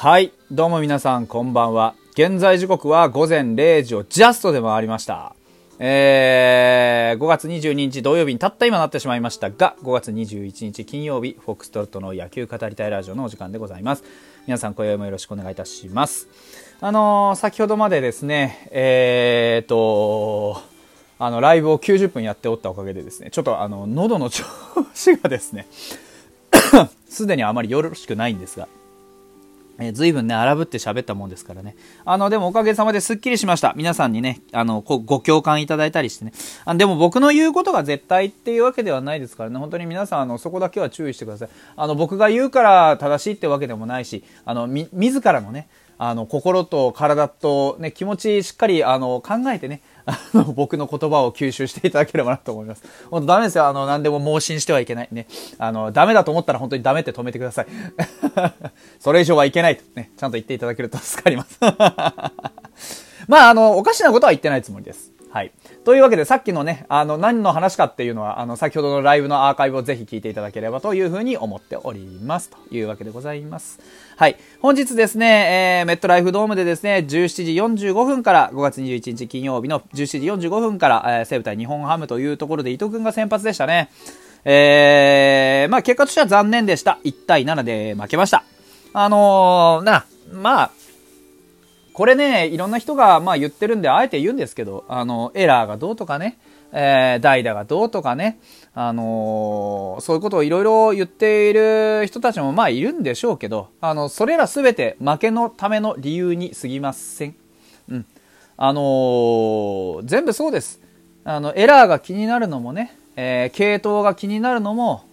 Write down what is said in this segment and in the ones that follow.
はい、どうも皆さんこんばんは。現在時刻は午前0時をジャストで回りました。5月22日土曜日にたった今なってしまいましたが、5月21日金曜日、フォックストロットの野球語りたいラジオのお時間でございます。皆さん今宵もよろしくお願いいたします。先ほどまでですね、ライブを90分やっておったおかげでですね、ちょっと喉の調子がですねすでにあまりよろしくないんですが、随分ね荒ぶって喋ったもんですからね、でもおかげさまですっきりしました。皆さんにねご共感いただいたりしてね、でも僕の言うことが絶対っていうわけではないですからね、本当に皆さんそこだけは注意してください。僕が言うから正しいってわけでもないし、自らのね心と体と、ね、気持ちしっかり考えてね僕の言葉を吸収していただければなと思います。本当ダメですよ。何でも盲信してはいけないね。ダメだと思ったら本当にダメって止めてください。それ以上はいけないとね、ちゃんと言っていただけると助かります。まあ、おかしなことは言ってないつもりです。はい。というわけで、さっきのね、何の話かっていうのは、先ほどのライブのアーカイブをぜひ聞いていただければというふうに思っております。というわけでございます。はい。本日ですね、メットライフドームでですね、17時45分から、5月21日金曜日の17時45分から、西武対日本ハムというところで伊藤くんが先発でしたね。まあ、結果としては残念でした。1対7で負けました。まあ、これね、いろんな人が言ってるんで、あえて言うんですけど、エラーがどうとかね、代打がどうとかね、そういうことをいろいろ言っている人たちもいるんでしょうけど、それらすべて負けのための理由に過ぎません。うん。全部そうです。エラーが気になるのもね、系統が気になるのも、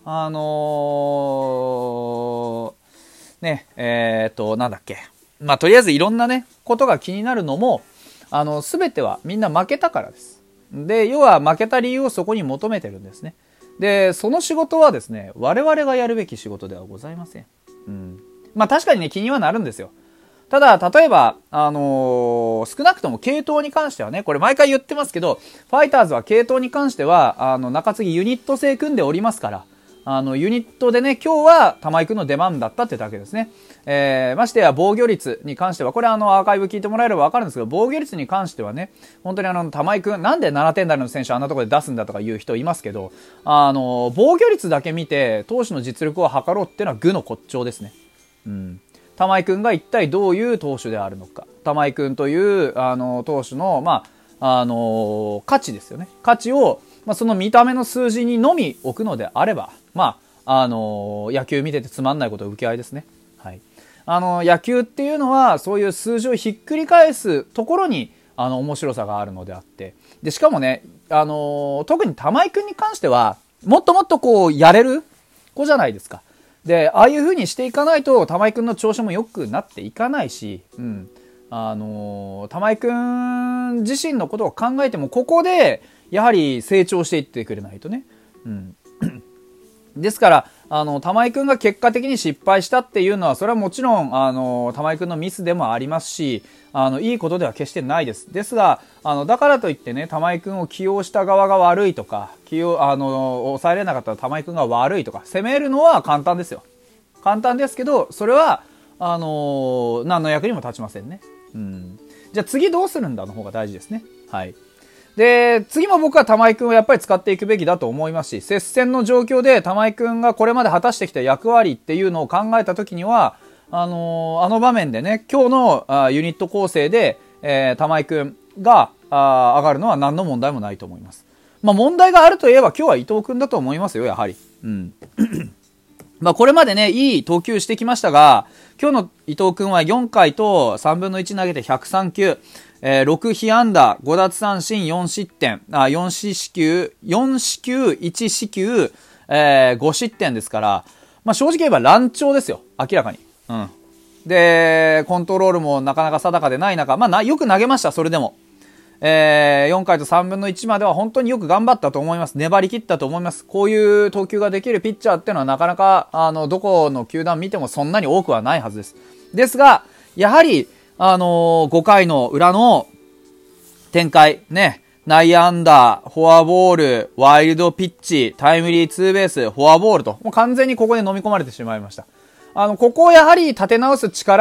なんだっけ。とりあえずいろんなね、ことが気になるのも、すべてはみんな負けたからです。で、要は負けた理由をそこに求めてるんですね。で、その仕事はですね、我々がやるべき仕事ではございません。うん。確かにね、気にはなるんですよ。ただ、例えば、少なくとも系統に関してはね、これ毎回言ってますけど、ファイターズは系統に関しては、中継ぎユニット制組んでおりますから、ユニットでね、今日は玉井くんの出番だったってだけですね。ましてや防御率に関しては、これアーカイブ聞いてもらえればわかるんですけど、防御率に関してはね、本当に玉井くん、なんで7点台の選手あんなところで出すんだとか言う人いますけど、防御率だけ見て、投手の実力を測ろうっていうのは愚の骨頂ですね。うん。玉井くんが一体どういう投手であるのか。玉井くんという、投手の、価値ですよね。価値を、その見た目の数字にのみ置くのであれば、野球見ててつまんないこと受け合いですね。はい。野球っていうのは、そういう数字をひっくり返すところに、面白さがあるのであって。で、しかもね、特に玉井くんに関しては、もっともっとやれる子じゃないですか。で、ああいう風にしていかないと、玉井くんの調子も良くなっていかないし、うん。玉井くん自身のことを考えても、ここで、やはり成長していってくれないとね。うん。ですから、玉井くんが結果的に失敗したっていうのは、それはもちろん、玉井くんのミスでもありますし、いいことでは決してないです。ですが、だからといってね、玉井くんを起用した側が悪いとか、抑えれなかったら玉井くんが悪いとか、責めるのは簡単ですよ。簡単ですけど、それは、何の役にも立ちませんね。うん。じゃあ次どうするんだの方が大事ですね。はい。で、次も僕は玉井くんをやっぱり使っていくべきだと思いますし、接戦の状況で玉井くんがこれまで果たしてきた役割っていうのを考えたときには、あの場面でね、今日のユニット構成で、玉井くんが上がるのは何の問題もないと思います。問題があるといえば今日は伊藤くんだと思いますよ、やはり。うん。これまでね、いい投球してきましたが、今日の伊藤くんは4回と3分の1投げて103球。6被安打、5奪三振、4失点、4四球、1四球、5失点ですから、正直言えば乱調ですよ、明らかに。うん。で、コントロールもなかなか定かでない中、よく投げました、それでも。4回と3分の1までは本当によく頑張ったと思います。粘り切ったと思います。こういう投球ができるピッチャーっていうのはなかなか、どこの球団見てもそんなに多くはないはずです。ですが、やはり、5回の裏の展開、ね、内野安打、フォアボール、ワイルドピッチ、タイムリーツーベース、フォアボールと、もう完全にここで飲み込まれてしまいました。ここをやはり立て直す力って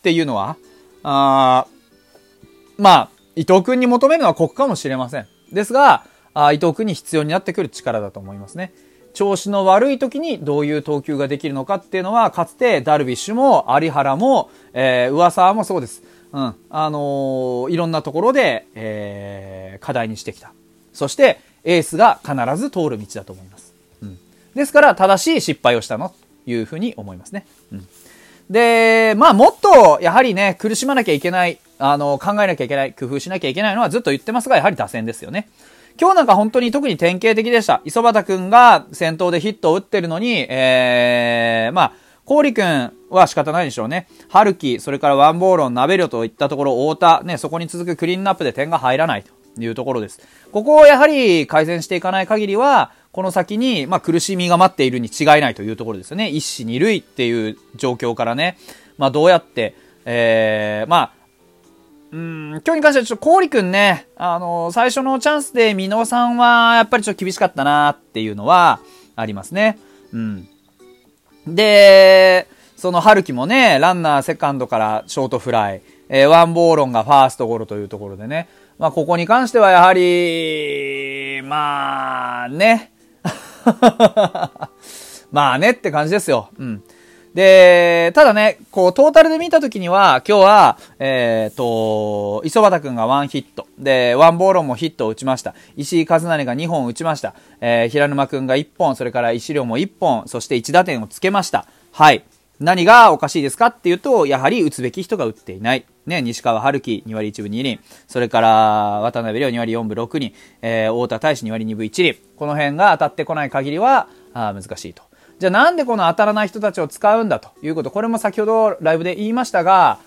っていうのは、まあ、伊藤君に求めるのは酷かもしれません。ですが、伊藤君に必要になってくる力だと思いますね。調子の悪い時にどういう投球ができるのかっていうのは、かつてダルビッシュも有原も、上沢もそうです。いろんなところで、課題にしてきた。そして、エースが必ず通る道だと思います。ですから、正しい失敗をしたのというふうに思いますね。で、まあ、もっと、やはりね、苦しまなきゃいけない、考えなきゃいけない、工夫しなきゃいけないのはずっと言ってますが、やはり打線ですよね。今日なんか本当に特に典型的でした。磯端くんが先頭でヒットを打ってるのに、まあ、郡くんは仕方ないでしょうね。春樹、それからワンボーロン、ナベリョといったところ、太田、ね、そこに続くクリーンナップで点が入らないというところです。ここをやはり改善していかない限りは、この先に、まあ、苦しみが待っているに違いないというところですよね。一死二塁っていう状況からね、まあ、どうやって、まあ、今日に関してはちょっと郡くんね、最初のチャンスで箕輪さんはやっぱりちょっと厳しかったなっていうのはありますね。で、その春樹もね、ランナーセカンドからショートフライ、ワンボーロンがファーストゴロというところでね、まあここに関してはやはり、まあね、まあねって感じですよ。で、ただね、こう、トータルで見たときには、今日は、磯端くんが1ヒット。で、ワンボーロンもヒットを打ちました。石井和成が2本打ちました。平沼くんが1本、それから石良も1本、そして1打点をつけました。はい。何がおかしいですかっていうと、やはり打つべき人が打っていない。ね、西川春樹2割1分2厘。それから、渡辺亮2割4分6厘。太田大志2割2分1厘。この辺が当たってこない限りは、難しいと。じゃあなんでこの当たらない人たちを使うんだということ。これも先ほどライブで言いましたが、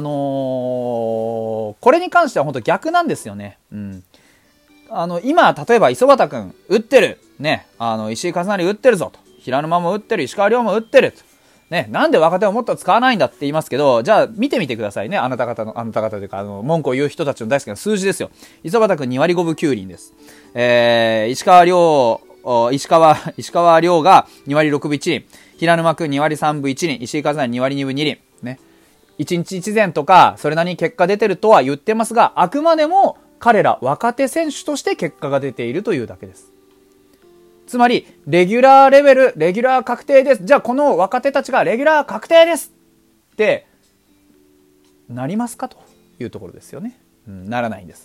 これに関しては本当逆なんですよね。今、例えば磯端くん打ってる。ね、石井和成打ってるぞと。平沼も打ってる。石川遼も打ってると。ね、なんで若手をもっと使わないんだって言いますけど、じゃあ見てみてくださいね。あなた方というか、文句を言う人たちの大好きな数字ですよ。磯端くん2割5分9厘です。石川遼が2割6分1厘。平沼くん2割3分1厘。石井和成2割2分2厘。ね。1日1前とか、それなりに結果出てるとは言ってますが、あくまでも彼ら若手選手として結果が出ているというだけです。つまり、レギュラーレベル、レギュラー確定です。じゃあこの若手たちがレギュラー確定ですってなりますかというところですよね。ならないんです。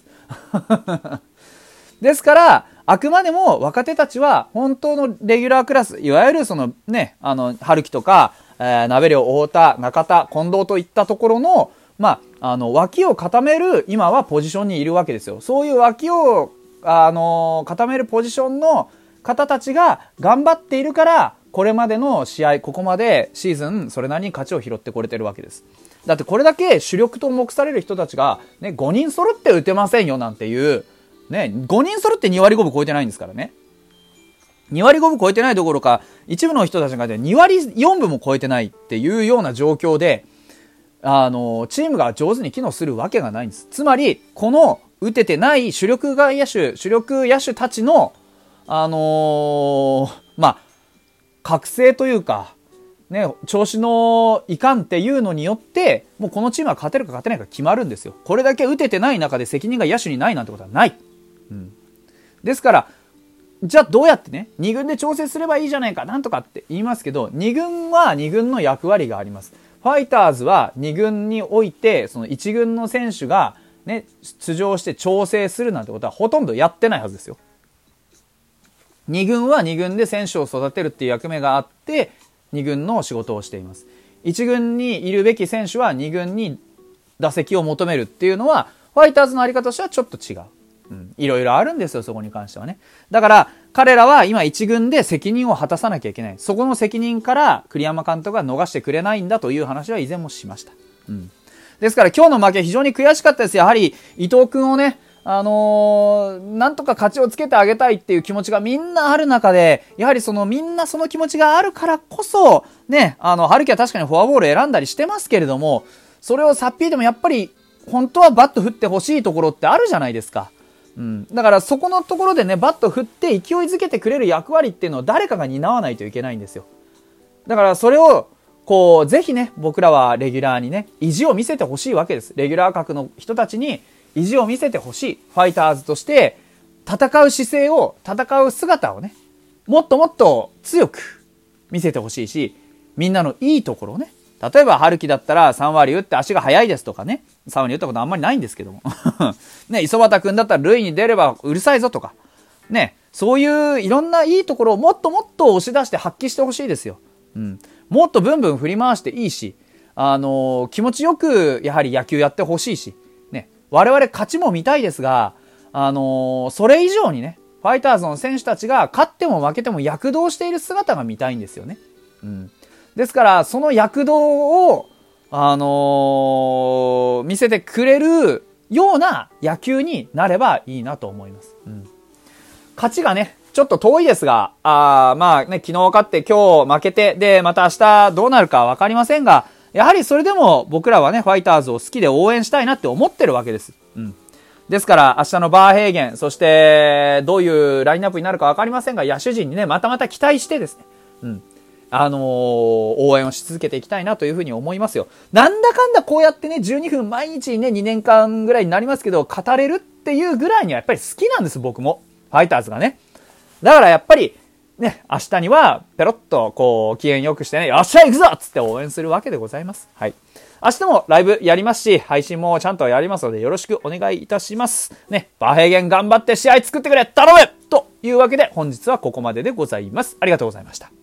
ですから、あくまでも若手たちは本当のレギュラークラス、いわゆるそのね、春樹とか、鍋亮、太田、中田、近藤といったところの、まあ、脇を固める、今はポジションにいるわけですよ。そういう脇を、固めるポジションの方たちが頑張っているから、これまでの試合、ここまでシーズン、それなりに勝ちを拾ってこれてるわけです。だってこれだけ主力と目される人たちが、ね、5人揃って打てませんよなんていう、ね、5人揃って2割5分超えてないんですからね。2割5分超えてないどころか、一部の人たちが2割4分も超えてないっていうような状況で、チームが上手に機能するわけがないんです。つまり、この打ててない主力野手たちの、まあ、覚醒というか、ね、調子のいかんっていうのによって、もうこのチームは勝てるか勝てないか決まるんですよ。これだけ打ててない中で責任が野手にないなんてことはない。ですから、じゃあどうやってね、2軍で調整すればいいじゃないか、なんとかって言いますけど、2軍は2軍の役割があります。ファイターズは2軍において、その1軍の選手がね、出場して調整するなんてことはほとんどやってないはずですよ。2軍は2軍で選手を育てるっていう役目があって、2軍の仕事をしています。1軍にいるべき選手は2軍に打席を求めるっていうのは、ファイターズのあり方としてはちょっと違う。いろいろあるんですよ、そこに関してはね。だから、彼らは今1軍で責任を果たさなきゃいけない。そこの責任から栗山監督が逃してくれないんだという話は以前もしました。ですから今日の負け非常に悔しかったです。やはり伊藤君をね、なんとか勝ちをつけてあげたいっていう気持ちがみんなある中で、やはりみんなその気持ちがあるからこそ、ね、春樹は確かにフォアボール選んだりしてますけれども、それをさっぴいでもやっぱり、本当はバット振ってほしいところってあるじゃないですか。だからそこのところでね、バット振って勢いづけてくれる役割っていうのを誰かが担わないといけないんですよ。だからそれを、 ぜひね、僕らはレギュラーにね、意地を見せてほしいわけです。レギュラー格の人たちに意地を見せてほしい。ファイターズとして戦う姿勢を、戦う姿をね、もっともっと強く見せてほしいし、みんなのいいところをね、例えば春樹だったら3割打って足が速いですとかね、3割打ったことあんまりないんですけども。ね、磯端くんだったら塁に出ればうるさいぞとか、ね、そういういろんないいところをもっともっと押し出して発揮してほしいですよ。うん。もっとブンブン振り回していいし、気持ちよくやはり野球やってほしいし、ね、我々勝ちも見たいですが、それ以上にね、ファイターズの選手たちが勝っても負けても躍動している姿が見たいんですよね。うん。ですから、その躍動を、見せてくれるような野球になればいいなと思います。うん。勝ちがね、ちょっと遠いですが、まあね、昨日勝って今日負けて、で、また明日どうなるかわかりませんが、やはりそれでも僕らはね、ファイターズを好きで応援したいなって思ってるわけです。うん。ですから、明日のバーヘイゲン、そして、どういうラインナップになるかわかりませんが、野手陣にね、またまた期待してですね、うん。応援をし続けていきたいなというふうに思いますよ。なんだかんだこうやってね、12分毎日ね、2年間ぐらいになりますけど、語れるっていうぐらいにはやっぱり好きなんです、僕も。ファイターズがね。だからやっぱり、ね、明日には、ペロッと、機嫌よくしてね、よっしゃ行くぞっつって応援するわけでございます。はい。明日もライブやりますし、配信もちゃんとやりますので、よろしくお願いいたします。ね、バーヘイゲン頑張って試合作ってくれ頼むというわけで、本日はここまででございます。ありがとうございました。